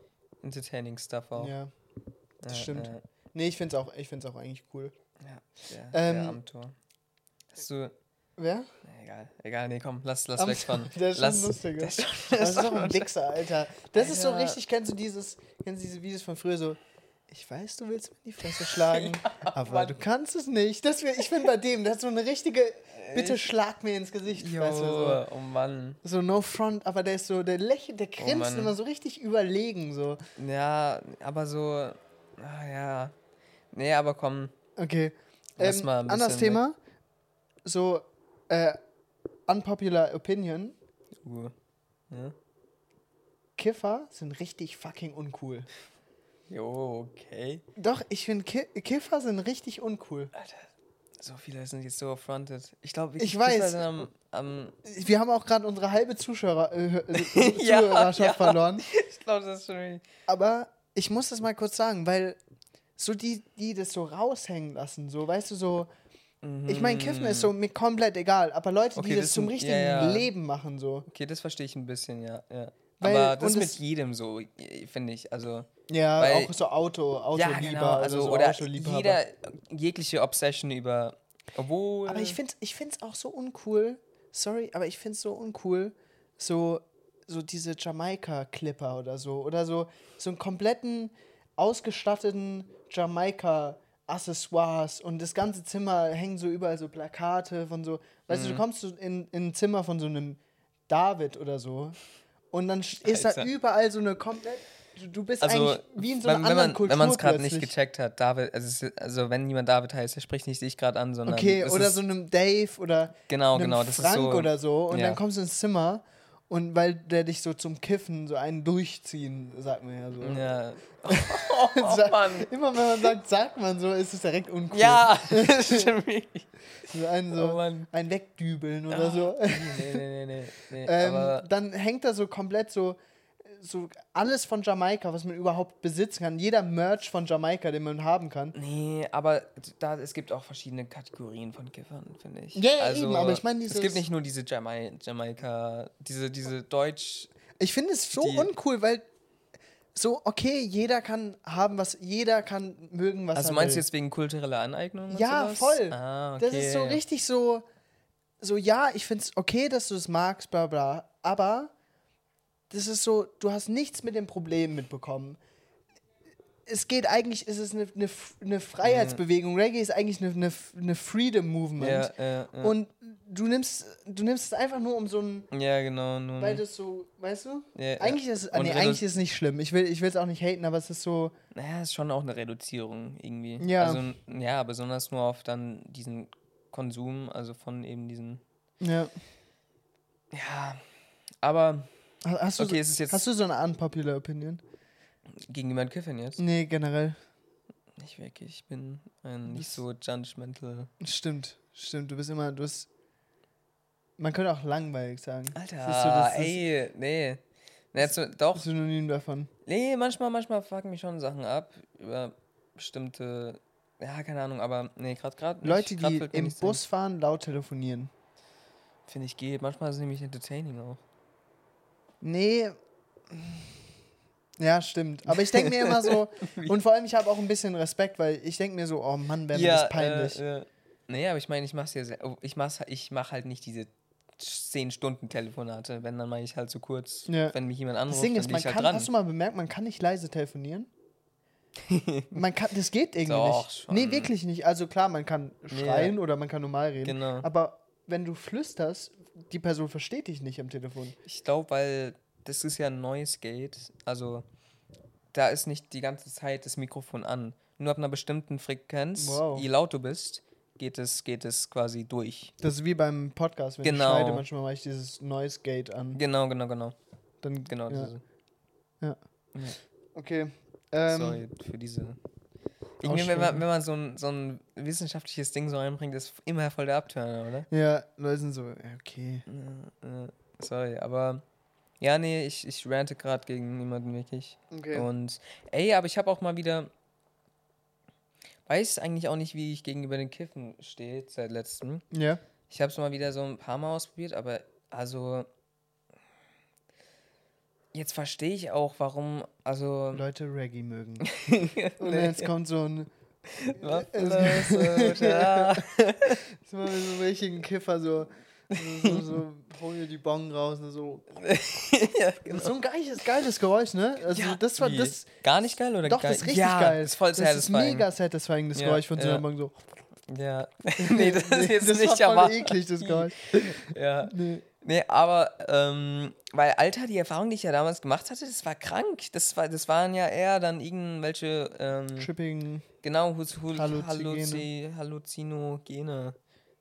Stuff auch. Ja, das stimmt. Nee, ich find's auch eigentlich cool. Ja, der Amtor. Hast du. Wer? Egal, nee, komm, lass weg von. Der ist schon lustig. Das ist doch ein Wichser, Alter. Das ist so richtig, kennst du diese Videos von früher so, ich weiß, du willst mir in die Fresse schlagen, aber du kannst es nicht. Ich finde bei dem, das ist so eine richtige, bitte schlag mir ins Gesicht. Jo, weißt du, so. Oh Mann. So no front, aber der ist so, der lächelt, der grinst immer so richtig überlegen, so. Ja, aber so, ja. Nee, aber komm. Okay. Lass mal ein bisschen anderes Thema. So, unpopular opinion. Ja? Kiffer sind richtig fucking uncool. Jo, okay. Doch, ich finde, Kiffer sind richtig uncool. Alter, so viele sind jetzt so affronted. Ich glaube, ich weiß. Sind wir haben auch gerade unsere halbe Zuhörerschaft verloren. Ich glaube, das ist schon richtig. Aber ich muss das mal kurz sagen, weil so die das so raushängen lassen, so, weißt du, so. Ich meine, Kiffen ist so mir komplett egal, aber Leute, die das zum richtigen Leben machen, so. Okay, das verstehe ich ein bisschen, ja. Weil, aber das ist mit jedem so, finde ich, also. Ja, weil, auch so Autolieber, genau, also so oder jegliche Obsession über, obwohl. Aber ich find's auch so uncool, sorry, aber ich find's so uncool, so diese Jamaika-Clipper oder so einen kompletten, ausgestatteten Jamaika-Accessoires und das ganze Zimmer hängen so überall so Plakate von so, weißt du, kommst so in ein Zimmer von so einem David oder so und dann ist da überall so eine komplett, du bist eigentlich wie in so einer anderen Kultur. Wenn man es gerade nicht gecheckt hat, David, also wenn jemand David heißt, der spricht nicht dich gerade an, sondern. Okay, oder so einem Dave oder einem das Frank ist so, oder so und dann kommst du ins Zimmer und weil der dich so zum Kiffen so einen durchziehen, sagt man ja so. Ja. Mann. Immer wenn man sagt man so, ist es direkt uncool. Ja, das stimmt wirklich. So ein Wegdübeln oder so. Nee. Dann hängt da so komplett so alles von Jamaika, was man überhaupt besitzen kann. Jeder Merch von Jamaika, den man haben kann. Nee, aber es gibt auch verschiedene Kategorien von Kiffern, finde ich. Ja, also, eben, aber ich meine es gibt nicht nur diese Jamaika, diese Deutsch... Ich finde es so uncool, weil so, okay, jeder kann mögen, was er will. Also meinst du jetzt wegen kultureller Aneignung? Ja, sowas? voll. Okay. Das ist so richtig so, ja, ich finde es okay, dass du es magst, bla bla, aber das ist so, du hast nichts mit dem Problem mitbekommen. Es ist eine Freiheitsbewegung. Reggae ist eigentlich eine Freedom Movement. Ja. Und du nimmst es einfach nur um so ein... Ja, genau. Weil das so, weißt du? Ja, eigentlich ist es nicht schlimm. Ich will es auch nicht haten, aber es ist so... Naja, es ist schon auch eine Reduzierung irgendwie. Ja. Also, ja, besonders nur auf dann diesen Konsum, also von eben diesen... Ja. Ja, aber... Hast du so eine unpopular Opinion? Gegen jemanden kiffen jetzt? Nee, generell. Nicht wirklich. Ich bin nicht so judgmental. Stimmt. Man könnte auch langweilig sagen. Alter, nee. Doch. Synonym davon. Nee, manchmal fucken mich schon Sachen ab über bestimmte, ja, keine Ahnung, aber nee, gerade nicht. Leute, die im Bus fahren, laut telefonieren. Finde ich geht. Manchmal ist es nämlich entertaining auch. Nee. Ja, stimmt. Aber ich denke mir immer so, und vor allem, ich habe auch ein bisschen Respekt, weil ich denke mir so, oh Mann, wäre mir das peinlich. Nee, aber ich meine, ich mache halt nicht diese 10-Stunden-Telefonate, wenn, dann mache ich halt so kurz, wenn mich jemand anruft, dann bin ich halt dran. Hast du mal bemerkt, man kann nicht leise telefonieren? Das geht irgendwie Doch, nicht. schon. Nee, wirklich nicht. Also klar, man kann schreien oder man kann normal reden. Genau. Aber wenn du flüsterst, die Person versteht dich nicht am Telefon. Ich glaube, weil das ist ja ein Noise Gate, also da ist nicht die ganze Zeit das Mikrofon an. Nur ab einer bestimmten Frequenz, je laut du bist, geht es quasi durch. Das ist wie beim Podcast, wenn ich schneide, manchmal mache ich dieses Noise Gate an. Genau. Dann, ja. Okay. Sorry für diese... Wenn man so ein wissenschaftliches Ding so einbringt, ist immer voll der Abturner, oder? Ja, Leute sind so, okay. Sorry, aber Ja, nee, ich rante gerade gegen niemanden wirklich. Okay. Und, aber ich habe auch mal wieder, weiß eigentlich auch nicht, wie ich gegenüber den Kiffen stehe seit letztem. Ja. Ich habe es mal wieder so ein paar Mal ausprobiert, aber also, jetzt verstehe ich auch, warum, also... Leute Reggae mögen. Und Nee. jetzt kommt so ein... Was? Ja. So mal mit so einem richtigen Kiffer so holen wir die Bong raus und so. Ja, Das ist so ein geiles Geräusch, ne? Also Ja, das war wie? das. Gar nicht geil oder Doch, geil? das ist richtig ja, geil. Das ist voll Das ist satisfying. mega satisfying, das Ja, Geräusch von so einer ja. Bong so. Ja. Nee, das ist jetzt das nicht, war voll aber... eklig, das Geräusch. Ja. Nee. Nee, aber, weil Alter, die Erfahrung, die ich ja damals gemacht hatte, das war krank. Das waren ja eher dann irgendwelche, Tripping. genau, Halluzinogene. Halluzinogene.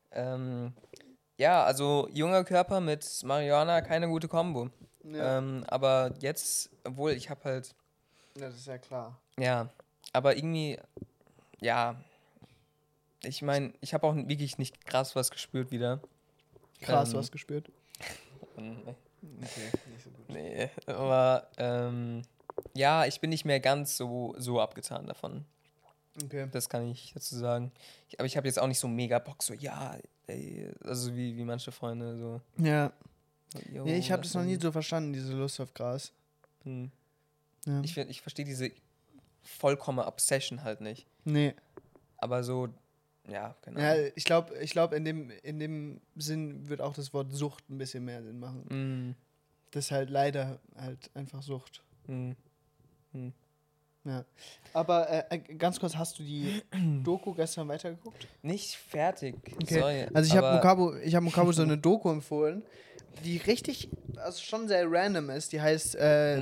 Ja, also junger Körper mit Marihuana, keine gute Kombo. Ja. Aber jetzt, obwohl ich habe halt, Ja, das ist ja klar. ja, aber irgendwie, ja, ich meine, ich habe auch wirklich nicht krass was gespürt wieder. Krass, was gespürt. Nee. Okay, nicht so gut. Nee, aber ja, ich bin nicht mehr ganz so abgetan davon. Okay. Das kann ich dazu sagen. Aber ich habe jetzt auch nicht so mega Bock, so, ja, ey, also wie manche Freunde, so. Ja. Yo, Nee, ich habe lass das noch nie mal- so verstanden, diese Lust auf Gras. Hm. Ja. Ich verstehe diese vollkommene Obsession halt nicht. Nee. Aber so, ja, keine Ja, Ahnung. ich glaube, in dem Sinn wird auch das Wort Sucht ein bisschen mehr Sinn machen. Das ist halt leider halt einfach Sucht. Ja. Aber ganz kurz, hast du die Doku gestern weitergeguckt? Nicht fertig. Okay. Sorry. Also ich habe aber- Mokabo so eine Doku empfohlen, die richtig, also schon sehr random ist. Die heißt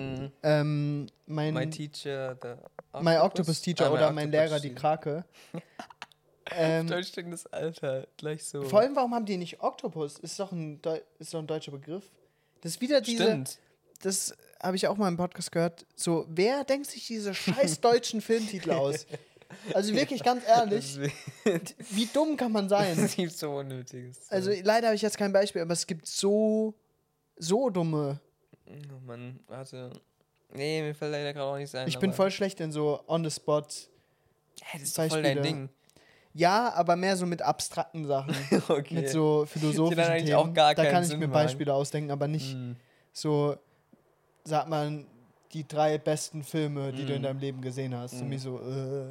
My Teacher, the My Octopus Teacher My oder Mein Octopus Lehrer, die Teacher. Krake. Deutschdenkendes Alter, gleich so. Vor allem, warum haben die nicht Octopus? Ist doch ein deutscher Begriff. Das ist wieder diese. Stimmt. Das habe ich auch mal im Podcast gehört. So, wer denkt sich diese scheiß deutschen Filmtitel aus? Also wirklich, ganz ehrlich, wie dumm kann man sein? Das gibt so Unnötiges. Also leider habe ich jetzt kein Beispiel, aber es gibt so dumme. Oh Mann, warte. Nee, mir fällt leider gerade auch nicht ein. Ich bin voll schlecht in so on-the-spot. Hä, das ist doch voll dein Beispiele. Ding. Ja, aber mehr so mit abstrakten Sachen. Okay. Mit so Die philosophischen dann eigentlich Themen. auch gar Da keinen kann ich Sinn mir machen. Beispiele ausdenken, aber nicht so, sagt man, die 3 besten Filme, die du in deinem Leben gesehen hast. Und mich so,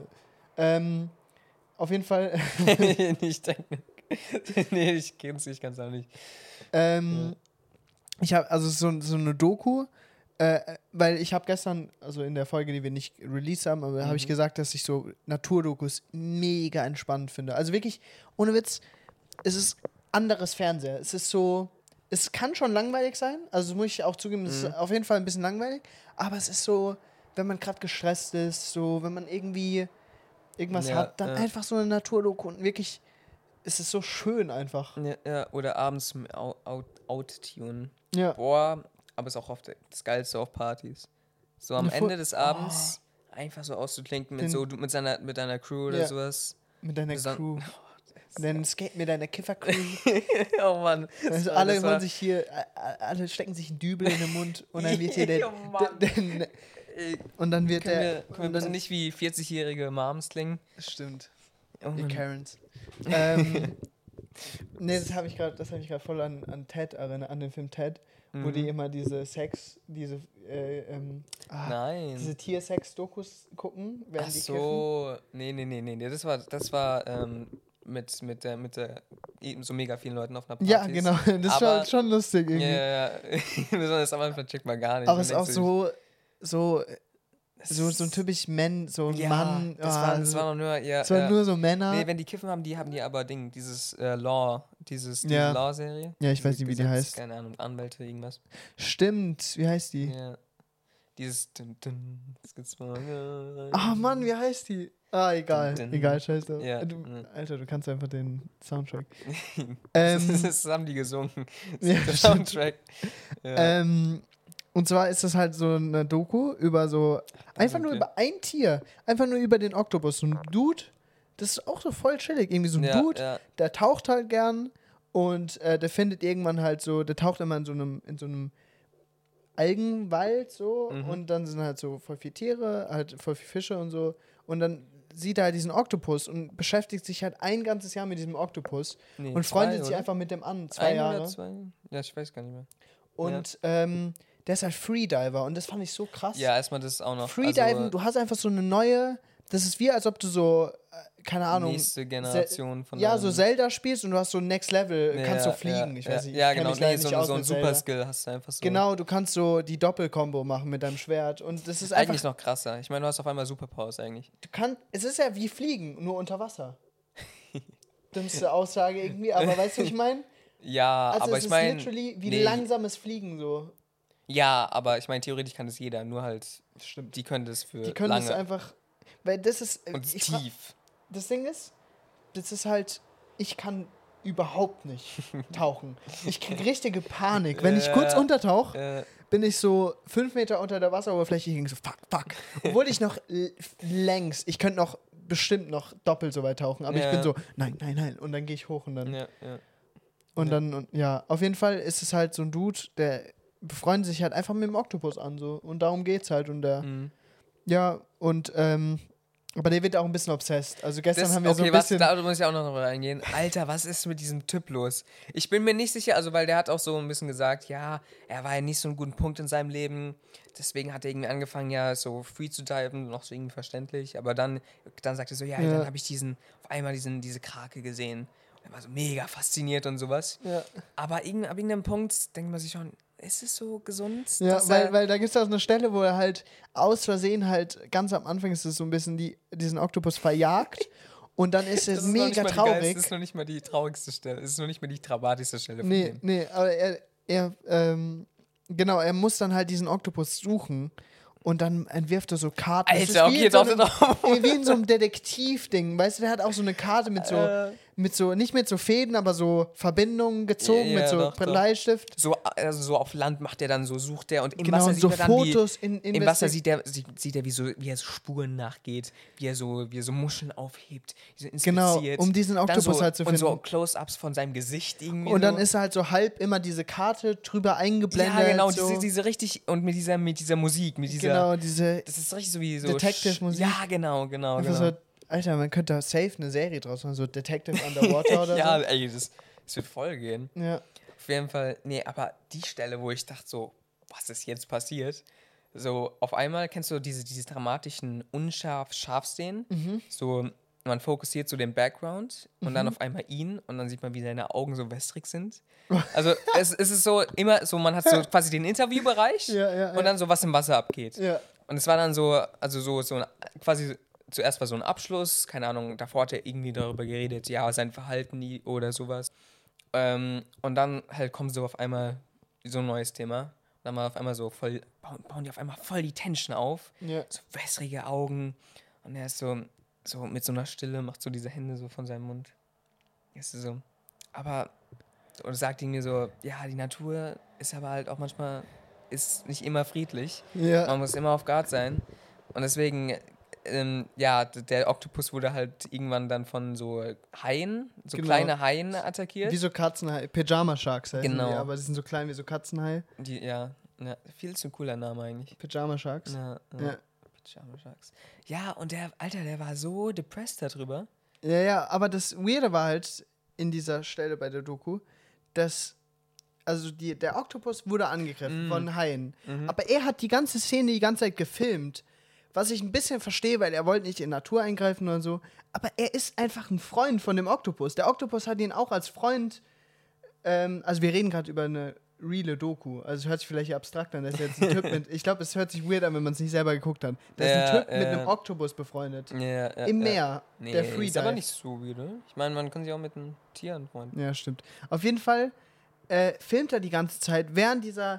auf jeden Fall. Ich denke. Nee, ich kann's auch nicht. Ich habe also so eine Doku, weil ich habe gestern, also in der Folge, die wir nicht released haben, aber habe ich gesagt, dass ich so Naturdokus mega entspannend finde. Also wirklich, ohne Witz, es ist anderes Fernseher. Es ist so, es kann schon langweilig sein, also das muss ich auch zugeben, es ist auf jeden Fall ein bisschen langweilig, aber es ist so, wenn man gerade gestresst ist, so, wenn man irgendwie irgendwas Ja, hat, dann einfach so eine Naturdoku und wirklich, es ist so schön einfach. Ja, oder abends zum Out-Tune. Ja. Boah, aber ist auch oft das Geilste auf Partys. So am Ja, Ende des Abends einfach so auszuklinken mit mit deiner Crew oder Ja. sowas. Mit deiner Beson- Crew. Mit deiner Kiffer-Crew. Oh Mann. Also Das alle war- holen sich hier, alle stecken sich einen Dübel in den Mund und dann wird hier der, Oh Mann. und dann wird Können der. wir bitte nicht wie 40-jährige Moms klingen? Stimmt. Oh Die Mann. Karens. Nee, das habe ich gerade voll an Ted erinnert, an den Film Ted, wo die immer diese diese Nein. Tier-Sex-Dokus gucken, Ach während die kiffen. so. Nee. Das war mit der eben so mega vielen Leuten auf einer Party. Ja, genau. Das war Aber- schon lustig irgendwie. Ja. Besonders am Anfang checkt man gar nicht. Aber Man es ist auch denkt so ein typisch so ein ja, Mann. Das war noch nur, ja. Es waren ja. nur so Männer. Nee, wenn die kiffen haben die aber dieses Law, diese Ja. Law-Serie. Ja, ich weiß nicht, wie die heißt. Keine Ahnung, Anwälte, irgendwas. Stimmt, wie heißt die? Ja. Dieses das gibt's mal. Ah, Mann, wie heißt die? Ah, egal. Dun, dun. Egal, scheiße. Ja. Alter, du kannst einfach den Soundtrack. Das haben die gesungen. Das Ja, ist der stimmt. Soundtrack. Ja. Und zwar ist das halt so eine Doku über so, einfach nur okay. über ein Tier. Einfach nur über den Oktopus. So ein Dude, das ist auch so voll chillig. Irgendwie so ein Ja, Dude, ja. der taucht halt gern und der findet irgendwann halt so, der taucht immer in so einem Algenwald so und dann sind halt so voll viele Tiere, halt voll viele Fische und so und dann sieht er halt diesen Oktopus und beschäftigt sich halt ein ganzes Jahr mit diesem Oktopus und freundet sich einfach mit dem an, 2 Jahre. Oder 2? Ja, ich weiß gar nicht mehr. Und der ist halt Freediver und das fand ich so krass. Ja, erstmal das auch noch. Freediven, du hast einfach so eine neue, das ist wie, als ob du so, keine Ahnung. Nächste Generation von ja, so Zelda spielst und du hast so Next Level, kannst so fliegen, ich weiß nicht. Ja, genau, so ein Super-Skill hast du einfach so. Genau, du kannst so die Doppelkombo machen mit deinem Schwert und das ist einfach... Eigentlich noch krasser. Ich meine, du hast auf einmal Superpowers eigentlich. Es ist ja wie Fliegen, nur unter Wasser. Dümmste Aussage irgendwie, aber weißt du, was ich meine? Ja, also aber ich meine... es ist literally wie langsames Fliegen so. Ja, aber ich meine, theoretisch kann das jeder, nur halt... Stimmt. Die können das für Die können lange. das einfach... Weil das ist... Und tief. Das Ding ist, das ist halt... Ich kann überhaupt nicht tauchen. Ich krieg richtige Panik. Wenn ich kurz untertauche, bin ich so 5 Meter unter der Wasseroberfläche, ich so fuck. Obwohl ich noch längst... Ich könnte noch bestimmt noch doppelt so weit tauchen, aber ich bin so, nein. Und dann gehe ich hoch und dann... Und dann, auf jeden Fall ist es halt so ein Dude, der befreundet sich halt einfach mit dem Oktopus an, so. Und darum geht's halt. Und der, aber der wird auch ein bisschen obsessed. Also gestern haben wir so ein bisschen... Da muss ich auch noch reingehen. Alter, was ist mit diesem Typ los? Ich bin mir nicht sicher, also weil der hat auch so ein bisschen gesagt, ja, er war ja nicht so einen guten Punkt in seinem Leben, deswegen hat er irgendwie angefangen, ja, so free zu diven, noch so irgendwie verständlich, aber dann sagt er so, dann habe ich auf einmal diese Krake gesehen. Und er war so mega fasziniert und sowas. Ja. Aber ab irgendeinem Punkt denkt man sich schon, ist es so gesund? Ja, weil da gibt es auch eine Stelle, wo er halt aus Versehen halt, ganz am Anfang ist es so ein bisschen diesen Oktopus verjagt und dann ist es mega traurig. Das ist noch nicht mal die traurigste Stelle, es ist noch nicht mal die dramatischste Stelle von dem. Nee, aber er muss dann halt diesen Oktopus suchen und dann entwirft er so Karten. Alter, okay, wie in so einem Detektiv-Ding, weißt du, der hat auch so eine Karte mit so, nicht mit so Fäden, aber so Verbindungen gezogen mit so Bleistift. So auf Land macht er dann so, sucht er und im Wasser sieht so er dann Fotos im Wasser sieht er, wie er so Spuren nachgeht, wie er so Muscheln aufhebt, so inspiziert. Genau, um diesen Oktopus halt zu finden. Und so Close-Ups von seinem Gesicht irgendwie. Und dann ist er halt so halb immer diese Karte drüber eingeblendet. Ja, genau, so. diese richtig, und mit dieser Musik, Genau, diese das ist richtig so wie so Detective-Musik. Ja, genau. So, Alter, man könnte da safe eine Serie draus machen, so Detective Underwater oder so. Ja, ey, das wird voll gehen. Ja. Auf jeden Fall, aber die Stelle, wo ich dachte so, was ist jetzt passiert? So, auf einmal, kennst du diese dramatischen Scharfszenen? So, man fokussiert so den Background und dann auf einmal ihn und dann sieht man, wie seine Augen so wässrig sind. Also, es ist so immer so, man hat so quasi den Interviewbereich und dann so, was im Wasser abgeht. Ja. Und es war dann so, also so quasi... Zuerst war so ein Abschluss, keine Ahnung, davor hat er irgendwie darüber geredet, ja, sein Verhalten oder sowas. Und dann halt kommt so auf einmal so ein neues Thema. Dann mal auf einmal so voll, bauen die auf einmal voll die Tension auf. Ja. So wässrige Augen. Und er ist so mit so einer Stille, macht so diese Hände so von seinem Mund. Ist so. Aber, und sagt irgendwie so, ja, die Natur ist aber halt auch manchmal, ist nicht immer friedlich. Ja. Man muss immer auf Guard sein. Und deswegen... der Oktopus wurde halt irgendwann dann von so Haien, kleine Haien attackiert. Wie so Katzenhaie, Pyjama Sharks heißen genau. die, aber die sind so klein wie so Katzenhaie. Viel zu cooler Name eigentlich. Pyjama Sharks. Ja. Pyjama Sharks. Ja, und der war so depressed darüber. Ja, aber das Weirde war halt in dieser Stelle bei der Doku, dass der Oktopus wurde angegriffen von Haien, aber er hat die ganze Szene die ganze Zeit gefilmt. Was ich ein bisschen verstehe, weil er wollte nicht in Natur eingreifen oder so. Aber er ist einfach ein Freund von dem Oktopus. Der Oktopus hat ihn auch als Freund. Also wir reden gerade über eine reale Doku. Also es hört sich vielleicht abstrakt an. Das ist jetzt ein Typ mit. Ich glaube, es hört sich weird an, wenn man es nicht selber geguckt hat. Da ist ein Typ mit einem Oktopus befreundet. Im Meer. Der Freedive. Ist aber nicht so weird, oder? Ich meine, man kann sich auch mit einem Tier anfreunden. Ja, stimmt. Auf jeden Fall filmt er die ganze Zeit, während dieser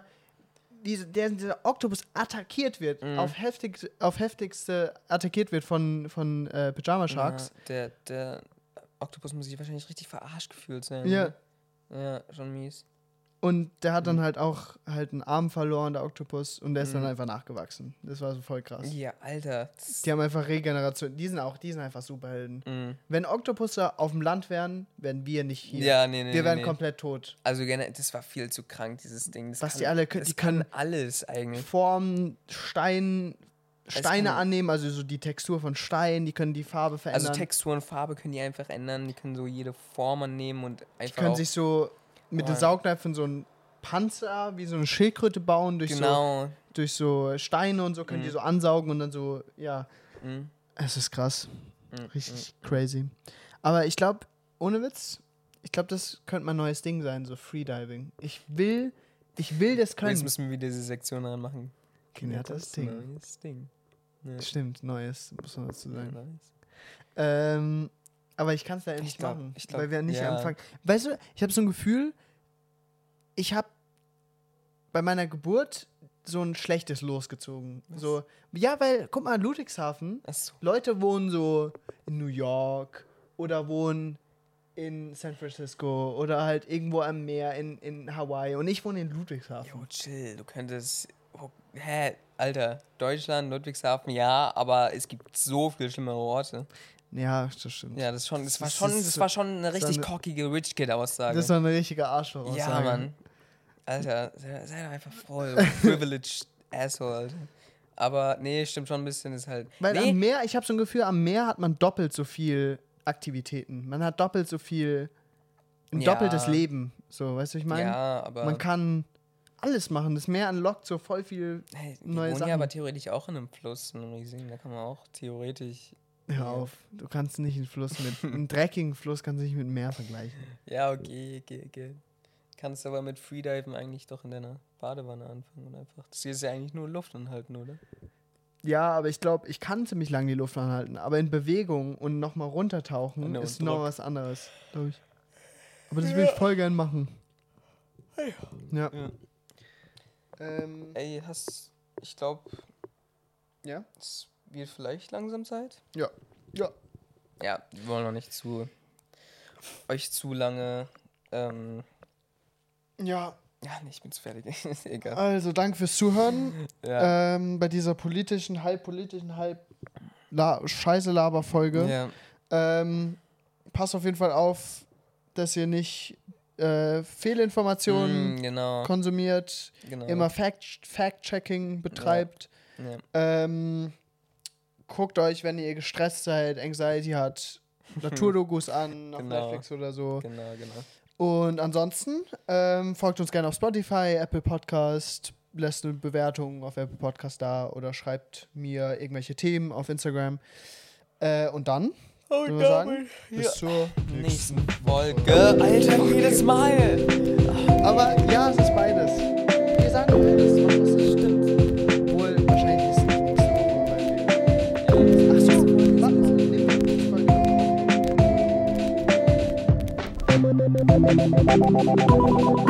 Oktopus attackiert wird, auf heftigste attackiert wird von Pyjama Sharks. Ja, der Oktopus muss sich wahrscheinlich richtig verarscht gefühlt sein. Ja. Ja, schon mies. Und der hat dann halt auch halt einen Arm verloren, der Oktopus, und der ist dann einfach nachgewachsen. Das war so voll krass. Ja, Alter. Die haben einfach Regeneration. Die sind einfach Superhelden. Wenn Oktopusse auf dem Land wären, wären wir nicht hier. Ja, nee. Wir wären komplett tot. Also das war viel zu krank, dieses Ding. Das Was kann, die alle können, das die kann können alles eigentlich. Formen, Steine annehmen, also so die Textur von Stein, die können die Farbe verändern. Also Textur und Farbe können die einfach ändern, die können so jede Form annehmen und einfach die können sich so mit den Saugnäpfen so einen Panzer, wie so eine Schildkröte bauen, durch so Steine und so, können die so ansaugen und dann so, ja. Es ist krass. Richtig crazy. Aber ich glaube, ohne Witz, das könnte mal ein neues Ding sein, so Freediving. Ich will das können. Jetzt müssen wir wieder diese Sektion ranmachen. Das Ding. Neues Ding. Ja. Stimmt, neues, muss man dazu sagen. Ja, nice. Aber ich kann es leider nicht machen, weil wir nicht ja. anfangen. Weißt du, ich habe so ein Gefühl, ich habe bei meiner Geburt so ein schlechtes losgezogen. So, ja, weil, guck mal, Ludwigshafen, So. Leute wohnen so in New York oder wohnen in San Francisco oder halt irgendwo am Meer in Hawaii und ich wohne in Ludwigshafen. Jo, chill, du könntest... Alter, Deutschland, Ludwigshafen, ja, aber es gibt so viel schlimmere Orte. Ja, das stimmt. Ja, das war schon eine richtig cockige Rich Kid-Aussage. Das war eine richtige Arschloch-Aussage. Ja, Mann. Alter, sei doch einfach voll privileged asshole, Alter. Aber nee, stimmt schon ein bisschen, ist halt... Weil am Meer, ich habe so ein Gefühl, am Meer hat man doppelt so viel Aktivitäten. Man hat doppelt so viel, ein doppeltes Leben. So, weißt du, ich meine? Ja, aber... Man kann alles machen. Das Meer unlockt so voll viel neue Sachen. Ja, aber theoretisch auch in einem Fluss, in einem riesigen, da kann man auch theoretisch... Hör auf, du kannst nicht einen Fluss mit, einen dreckigen Fluss kannst du nicht mit dem Meer vergleichen. Ja, okay. Kannst aber mit Freediven eigentlich doch in deiner Badewanne anfangen und einfach... Das hier ist ja eigentlich nur Luft anhalten, oder? Ja, aber ich glaube, ich kann ziemlich lange die Luft anhalten. Aber in Bewegung und nochmal runtertauchen ist noch was anderes, glaube ich. Aber das will ich voll gern machen. Ja. Ey, ich glaube... Ja? Es wird vielleicht langsam Zeit. Ja. Ja, wir wollen noch nicht euch zu lange... Ja. Ja, nee, ich bin's fertig. Egal. Also, danke fürs Zuhören. Ja. Bei dieser halb Scheiße-Laber-Folge. Ja. Passt auf jeden Fall auf, dass ihr nicht Fehlinformationen konsumiert, immer Fact-Checking betreibt. Ja. Guckt euch, wenn ihr gestresst seid, Anxiety hat, Naturdokus an, auf Netflix oder so. Genau. Und ansonsten folgt uns gerne auf Spotify, Apple Podcast, lasst eine Bewertung auf Apple Podcast da oder schreibt mir irgendwelche Themen auf Instagram. Und dann würde ich sagen, bis zur nächsten Folge. Alter, jedes Mal. Aber ja, es ist beides. Wir sagen beides. Das stimmt. Obwohl, wahrscheinlich ist es nicht nächste Woche. Ach so, warte mal. Wir nehmen die Folge.